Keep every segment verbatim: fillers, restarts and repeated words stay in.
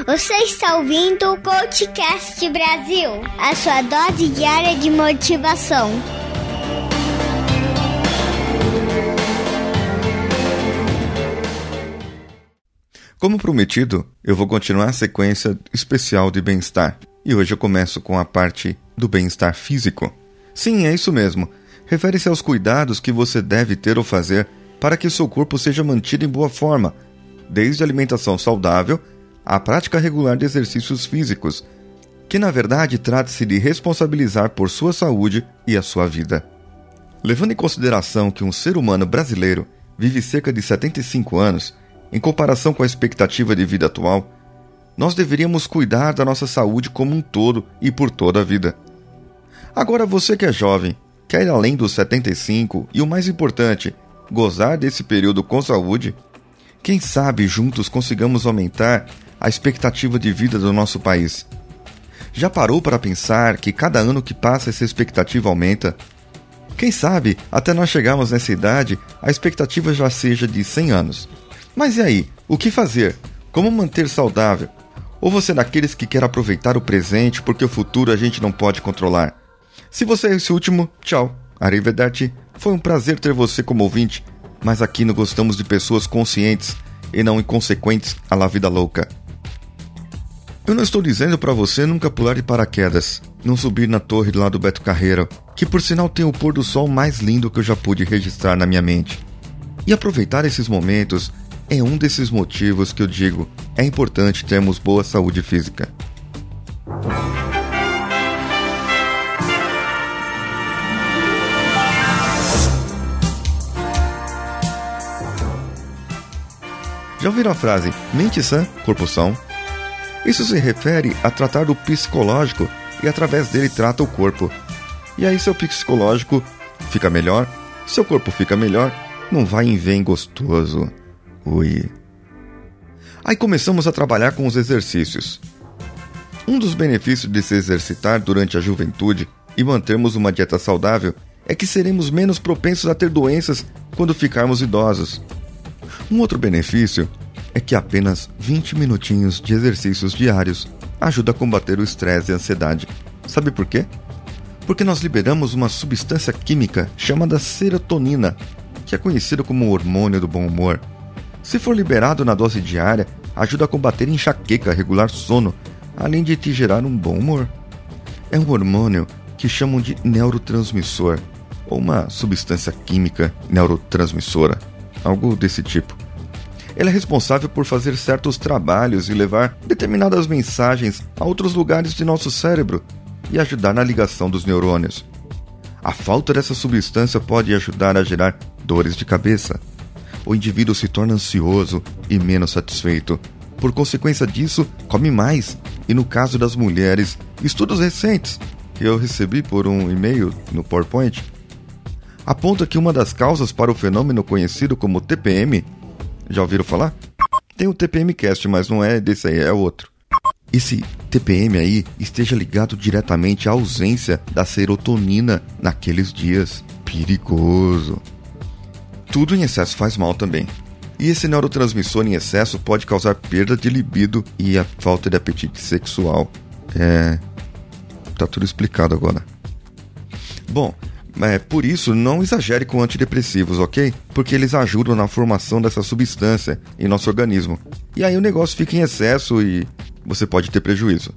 Você está ouvindo o CoachCast Brasil, a sua dose diária de motivação. Como prometido, eu vou continuar a sequência especial de bem-estar. E hoje eu começo com a parte do bem-estar físico. Sim, é isso mesmo. Refere-se aos cuidados que você deve ter ou fazer para que o seu corpo seja mantido em boa forma, desde a alimentação saudável à prática regular de exercícios físicos, que na verdade trata-se de responsabilizar por sua saúde e a sua vida. Levando em consideração que um ser humano brasileiro vive cerca de setenta e cinco anos, em comparação com a expectativa de vida atual, nós deveríamos cuidar da nossa saúde como um todo e por toda a vida. Agora você que é jovem, quer ir além dos setenta e cinco e o mais importante, gozar desse período com saúde? Quem sabe juntos consigamos aumentar a expectativa de vida do nosso país? Já parou para pensar que cada ano que passa essa expectativa aumenta? Quem sabe até nós chegarmos nessa idade a expectativa já seja de cem anos. Mas e aí? O que fazer? Como manter saudável? Ou você é daqueles que quer aproveitar o presente porque o futuro a gente não pode controlar? Se você é esse último, tchau. Arrivederci. Foi um prazer ter você como ouvinte, mas aqui não gostamos de pessoas conscientes e não inconsequentes à la vida louca. Eu não estou dizendo para você nunca pular de paraquedas, não subir na torre lá do Beto Carreiro, que por sinal tem o pôr do sol mais lindo que eu já pude registrar na minha mente. E aproveitar esses momentos é um desses motivos que eu digo, é importante termos boa saúde física. Já ouviram a frase, mente sã, corpo são? Isso se refere a tratar do psicológico e através dele trata o corpo. E aí seu psicológico fica melhor, seu corpo fica melhor, não vai em vem gostoso. Ui. Aí começamos a trabalhar com os exercícios. Um dos benefícios de se exercitar durante a juventude e mantermos uma dieta saudável é que seremos menos propensos a ter doenças quando ficarmos idosos. Um outro benefício é que apenas vinte minutinhos de exercícios diários ajuda a combater o estresse e a ansiedade. Sabe por quê? Porque nós liberamos uma substância química chamada serotonina, que é conhecida como o hormônio do bom humor. Se for liberado na dose diária, ajuda a combater enxaqueca, regular sono, além de te gerar um bom humor. É um hormônio que chamam de neurotransmissor, ou uma substância química neurotransmissora, algo desse tipo. Ele é responsável por fazer certos trabalhos e levar determinadas mensagens a outros lugares de nosso cérebro e ajudar na ligação dos neurônios. A falta dessa substância pode ajudar a gerar dores de cabeça. O indivíduo se torna ansioso e menos satisfeito. Por consequência disso, come mais. E no caso das mulheres, estudos recentes que eu recebi por um e-mail no PowerPoint aponta que uma das causas para o fenômeno conhecido como T P M, já ouviram falar? Tem o T P M Cast, mas não é desse aí, é outro. Esse T P M aí esteja ligado diretamente à ausência da serotonina naqueles dias. Perigoso. Tudo em excesso faz mal também. E esse neurotransmissor em excesso pode causar perda de libido e a falta de apetite sexual. É... Tá tudo explicado agora. Bom, é, por isso não exagere com antidepressivos, ok? Porque eles ajudam na formação dessa substância em nosso organismo. E aí o negócio fica em excesso e você pode ter prejuízo.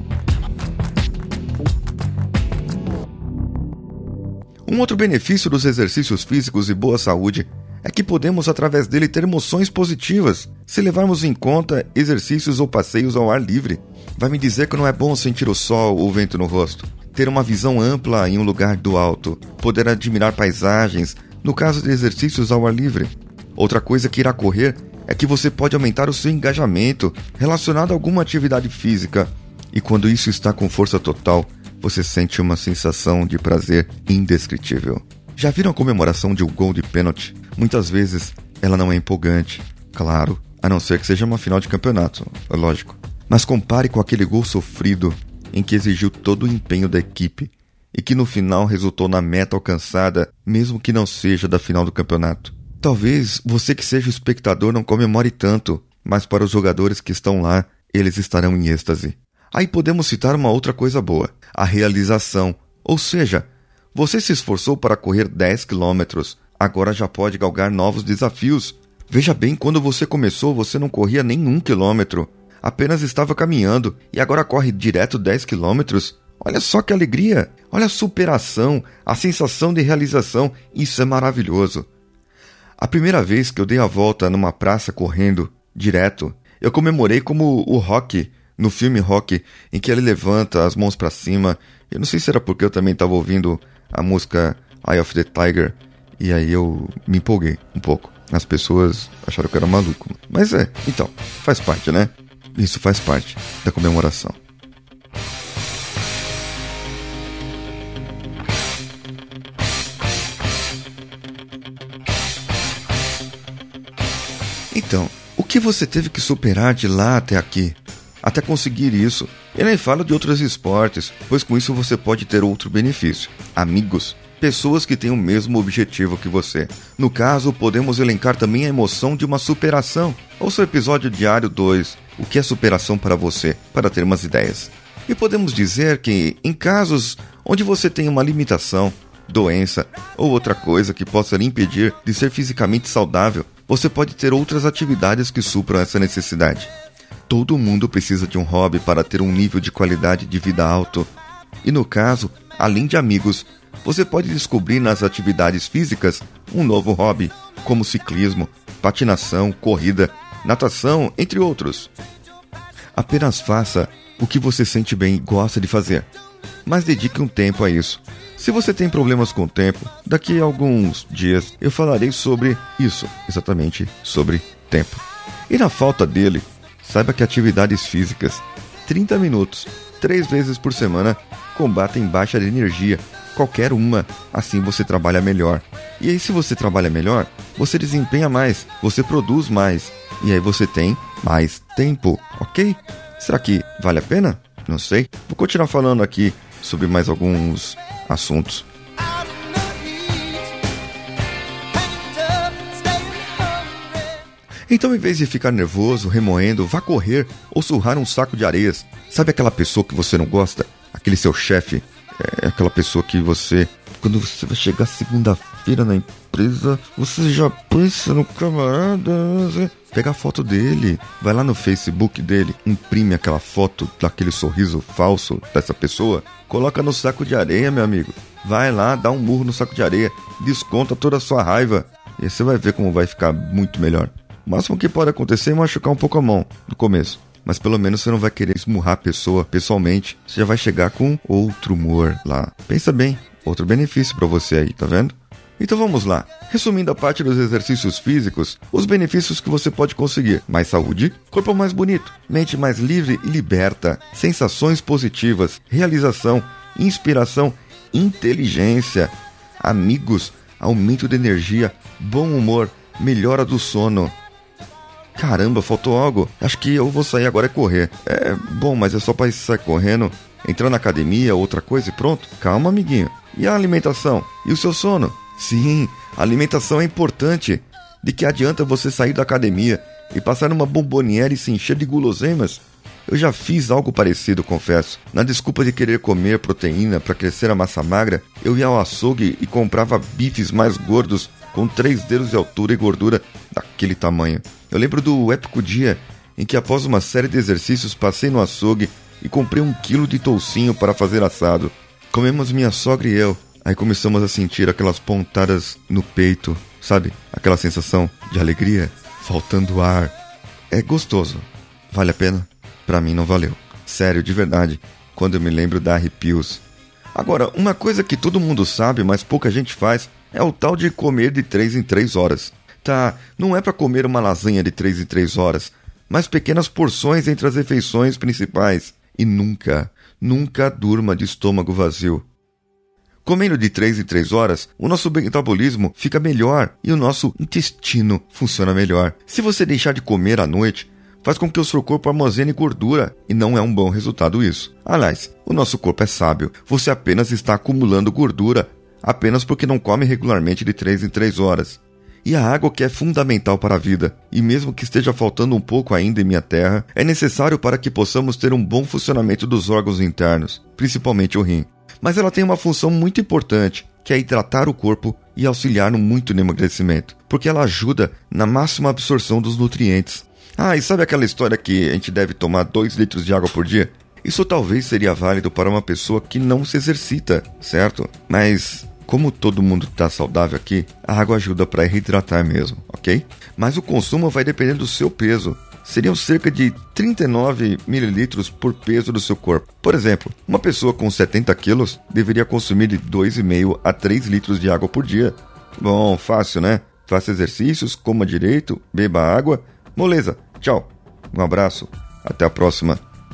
Um outro benefício dos exercícios físicos e boa saúde é que podemos através dele ter emoções positivas, se levarmos em conta exercícios ou passeios ao ar livre. Vai me dizer que não é bom sentir o sol ou o vento no rosto? Ter uma visão ampla em um lugar do alto, poder admirar paisagens, no caso de exercícios ao ar livre. Outra coisa que irá ocorrer é que você pode aumentar o seu engajamento relacionado a alguma atividade física, e quando isso está com força total, você sente uma sensação de prazer indescritível. Já viram a comemoração de um gol de pênalti? Muitas vezes ela não é empolgante, claro, a não ser que seja uma final de campeonato, é lógico. Mas compare com aquele gol sofrido em que exigiu todo o empenho da equipe e que no final resultou na meta alcançada, mesmo que não seja da final do campeonato. Talvez você que seja o espectador não comemore tanto, mas para os jogadores que estão lá, eles estarão em êxtase. Aí podemos citar uma outra coisa boa, a realização. Ou seja, você se esforçou para correr dez quilômetros, agora já pode galgar novos desafios. Veja bem, quando você começou, você não corria nem um quilômetro. Apenas estava caminhando e agora corre direto dez quilômetros. Olha só que alegria! Olha a superação, a sensação de realização. Isso é maravilhoso. A primeira vez que eu dei a volta numa praça correndo direto, eu comemorei como o Rocky, no filme Rocky, em que ele levanta as mãos para cima. Eu não sei se era porque eu também estava ouvindo a música Eye of the Tiger, e aí eu me empolguei um pouco. As pessoas acharam que eu era maluco. Mas é, então, faz parte, né? Isso faz parte da comemoração. Então, o que você teve que superar de lá até aqui? Até conseguir isso. Eu nem falo de outros esportes, pois com isso você pode ter outro benefício. Amigos. Pessoas que têm o mesmo objetivo que você. No caso, podemos elencar também a emoção de uma superação. Ouça o episódio diário dois, o que é superação para você, para ter umas ideias. E podemos dizer que, em casos onde você tem uma limitação, doença ou outra coisa que possa lhe impedir de ser fisicamente saudável, você pode ter outras atividades que supram essa necessidade. Todo mundo precisa de um hobby para ter um nível de qualidade de vida alto. E no caso, além de amigos, você pode descobrir nas atividades físicas um novo hobby, como ciclismo, patinação, corrida, natação, entre outros. Apenas faça o que você sente bem e gosta de fazer, mas dedique um tempo a isso. Se você tem problemas com o tempo, daqui a alguns dias eu falarei sobre isso, exatamente sobre tempo. E na falta dele, saiba que atividades físicas, trinta minutos, três vezes por semana, combatem baixa de energia. Qualquer uma, assim você trabalha melhor. E aí se você trabalha melhor, você desempenha mais, você produz mais. E aí você tem mais tempo, ok? Será que vale a pena? Não sei. Vou continuar falando aqui sobre mais alguns assuntos. Então, em vez de ficar nervoso, remoendo, vá correr ou surrar um saco de areias. Sabe aquela pessoa que você não gosta? Aquele seu chefe? É aquela pessoa que você... Quando você vai chegar segunda-feira na empresa, você já pensa no camarada... Você pega a foto dele, vai lá no Facebook dele, imprime aquela foto daquele sorriso falso dessa pessoa, coloca no saco de areia, meu amigo. Vai lá, dá um murro no saco de areia, desconta toda a sua raiva. E você vai ver como vai ficar muito melhor. O máximo que pode acontecer é machucar um pouco a mão no começo. Mas pelo menos você não vai querer esmurrar a pessoa pessoalmente. Você já vai chegar com outro humor lá. Pensa bem, outro benefício pra você aí, tá vendo? Então vamos lá. Resumindo a parte dos exercícios físicos, os benefícios que você pode conseguir: mais saúde, corpo mais bonito, mente mais livre e liberta, sensações positivas, realização, inspiração, inteligência, amigos, aumento de energia, bom humor, melhora do sono. Caramba, faltou algo. Acho que eu vou sair agora e correr. É, bom, mas é só pra sair correndo, entrar na academia, outra coisa e pronto? Calma, amiguinho. E a alimentação? E o seu sono? Sim, a alimentação é importante. De que adianta você sair da academia e passar numa bomboniere e se encher de guloseimas? Eu já fiz algo parecido, confesso. Na desculpa de querer comer proteína para crescer a massa magra, eu ia ao açougue e comprava bifes mais gordos com três dedos de altura e gordura daquele tamanho. Eu lembro do épico dia em que, após uma série de exercícios, passei no açougue e comprei um quilo de toucinho para fazer assado. Comemos minha sogra e eu. Aí começamos a sentir aquelas pontadas no peito, sabe? Aquela sensação de alegria, faltando ar. É gostoso. Vale a pena? Pra mim não valeu. Sério, de verdade, quando eu me lembro dá arrepios. Agora, uma coisa que todo mundo sabe, mas pouca gente faz, é o tal de comer de três em três horas. Tá, não é pra comer uma lasanha de três em três horas, mas pequenas porções entre as refeições principais. E nunca, nunca durma de estômago vazio. Comendo de três em três horas, o nosso metabolismo fica melhor e o nosso intestino funciona melhor. Se você deixar de comer à noite, faz com que o seu corpo armazene gordura, e não é um bom resultado isso. Aliás, o nosso corpo é sábio. Você apenas está acumulando gordura, apenas porque não come regularmente de três em três horas. E a água que é fundamental para a vida, e mesmo que esteja faltando um pouco ainda em minha terra, é necessário para que possamos ter um bom funcionamento dos órgãos internos, principalmente o rim. Mas ela tem uma função muito importante, que é hidratar o corpo e auxiliar no muito no emagrecimento, porque ela ajuda na máxima absorção dos nutrientes. Ah, e sabe aquela história que a gente deve tomar dois litros de água por dia? Isso talvez seria válido para uma pessoa que não se exercita, certo? Mas como todo mundo está saudável aqui, a água ajuda para reidratar mesmo, ok? Mas o consumo vai depender do seu peso. Seriam cerca de trinta e nove mililitros por peso do seu corpo. Por exemplo, uma pessoa com setenta quilos deveria consumir de dois vírgula cinco a três litros de água por dia. Bom, fácil, né? Faça exercícios, coma direito, beba água. Moleza, tchau. Um abraço. Até a próxima.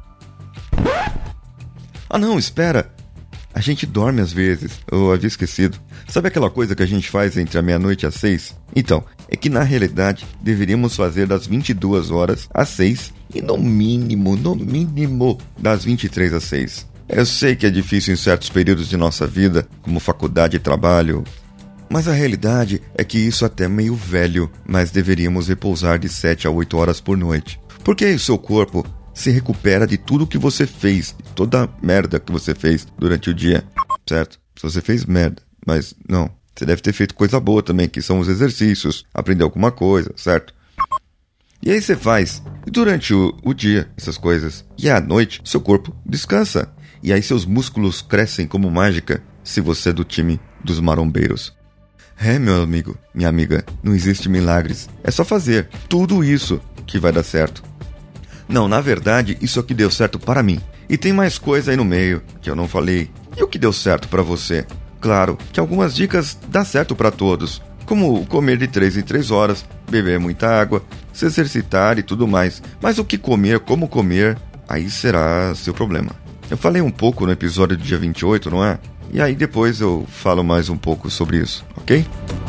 Ah não, espera. A gente dorme às vezes, eu havia esquecido. Sabe aquela coisa que a gente faz entre a meia-noite e as seis? Então, é que na realidade deveríamos fazer das vinte e duas horas às seis e no mínimo, no mínimo, das vinte e três às seis. Eu sei que é difícil em certos períodos de nossa vida, como faculdade e trabalho, mas a realidade é que isso até é meio velho, mas deveríamos repousar de sete a oito horas por noite. Porque aí o seu corpo se recupera de tudo que você fez, de toda a merda que você fez durante o dia, certo? Se você fez merda, mas não, você deve ter feito coisa boa também, que são os exercícios, aprender alguma coisa, certo? E aí você faz, e durante o, o dia, essas coisas, e à noite, seu corpo descansa, e aí seus músculos crescem como mágica, se você é do time dos marombeiros. É, meu amigo, minha amiga, não existe milagres, é só fazer tudo isso que vai dar certo. Não, na verdade, isso aqui deu certo para mim. E tem mais coisa aí no meio, que eu não falei. E o que deu certo para você? Claro, que algumas dicas dá certo para todos, como comer de três em três horas, beber muita água, se exercitar e tudo mais. Mas o que comer, como comer, aí será seu problema. Eu falei um pouco no episódio do dia vinte e oito, não é? E aí depois eu falo mais um pouco sobre isso, ok?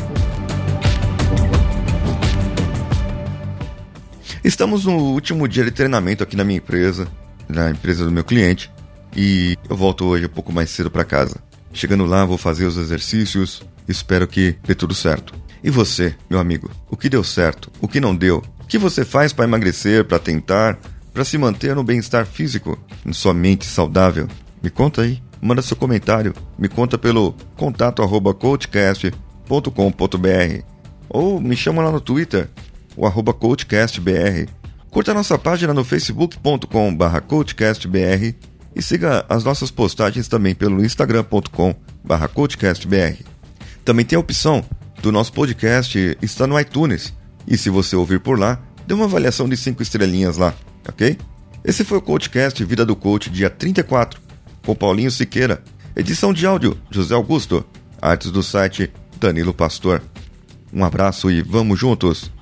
Estamos no último dia de treinamento aqui na minha empresa, na empresa do meu cliente, e eu volto hoje um pouco mais cedo para casa. Chegando lá, vou fazer os exercícios, espero que dê tudo certo. E você, meu amigo, o que deu certo? O que não deu? O que você faz para emagrecer, para tentar, para se manter no bem-estar físico, em sua mente saudável? Me conta aí, manda seu comentário, me conta pelo contato arroba coachcast ponto com ponto br ou me chama lá no Twitter, o arroba coachcastbr. Curta a nossa página no facebook ponto com barra coachcastbr e siga as nossas postagens também pelo instagram ponto com barra coachcastbr. Também tem a opção do nosso podcast estar no iTunes, e se você ouvir por lá, dê uma avaliação de cinco estrelinhas lá, ok? Esse foi o Coachcast Vida do Coach, dia trinta e quatro, com Paulinho Siqueira, edição de áudio José Augusto, artes do site Danilo Pastor. Um abraço e vamos juntos!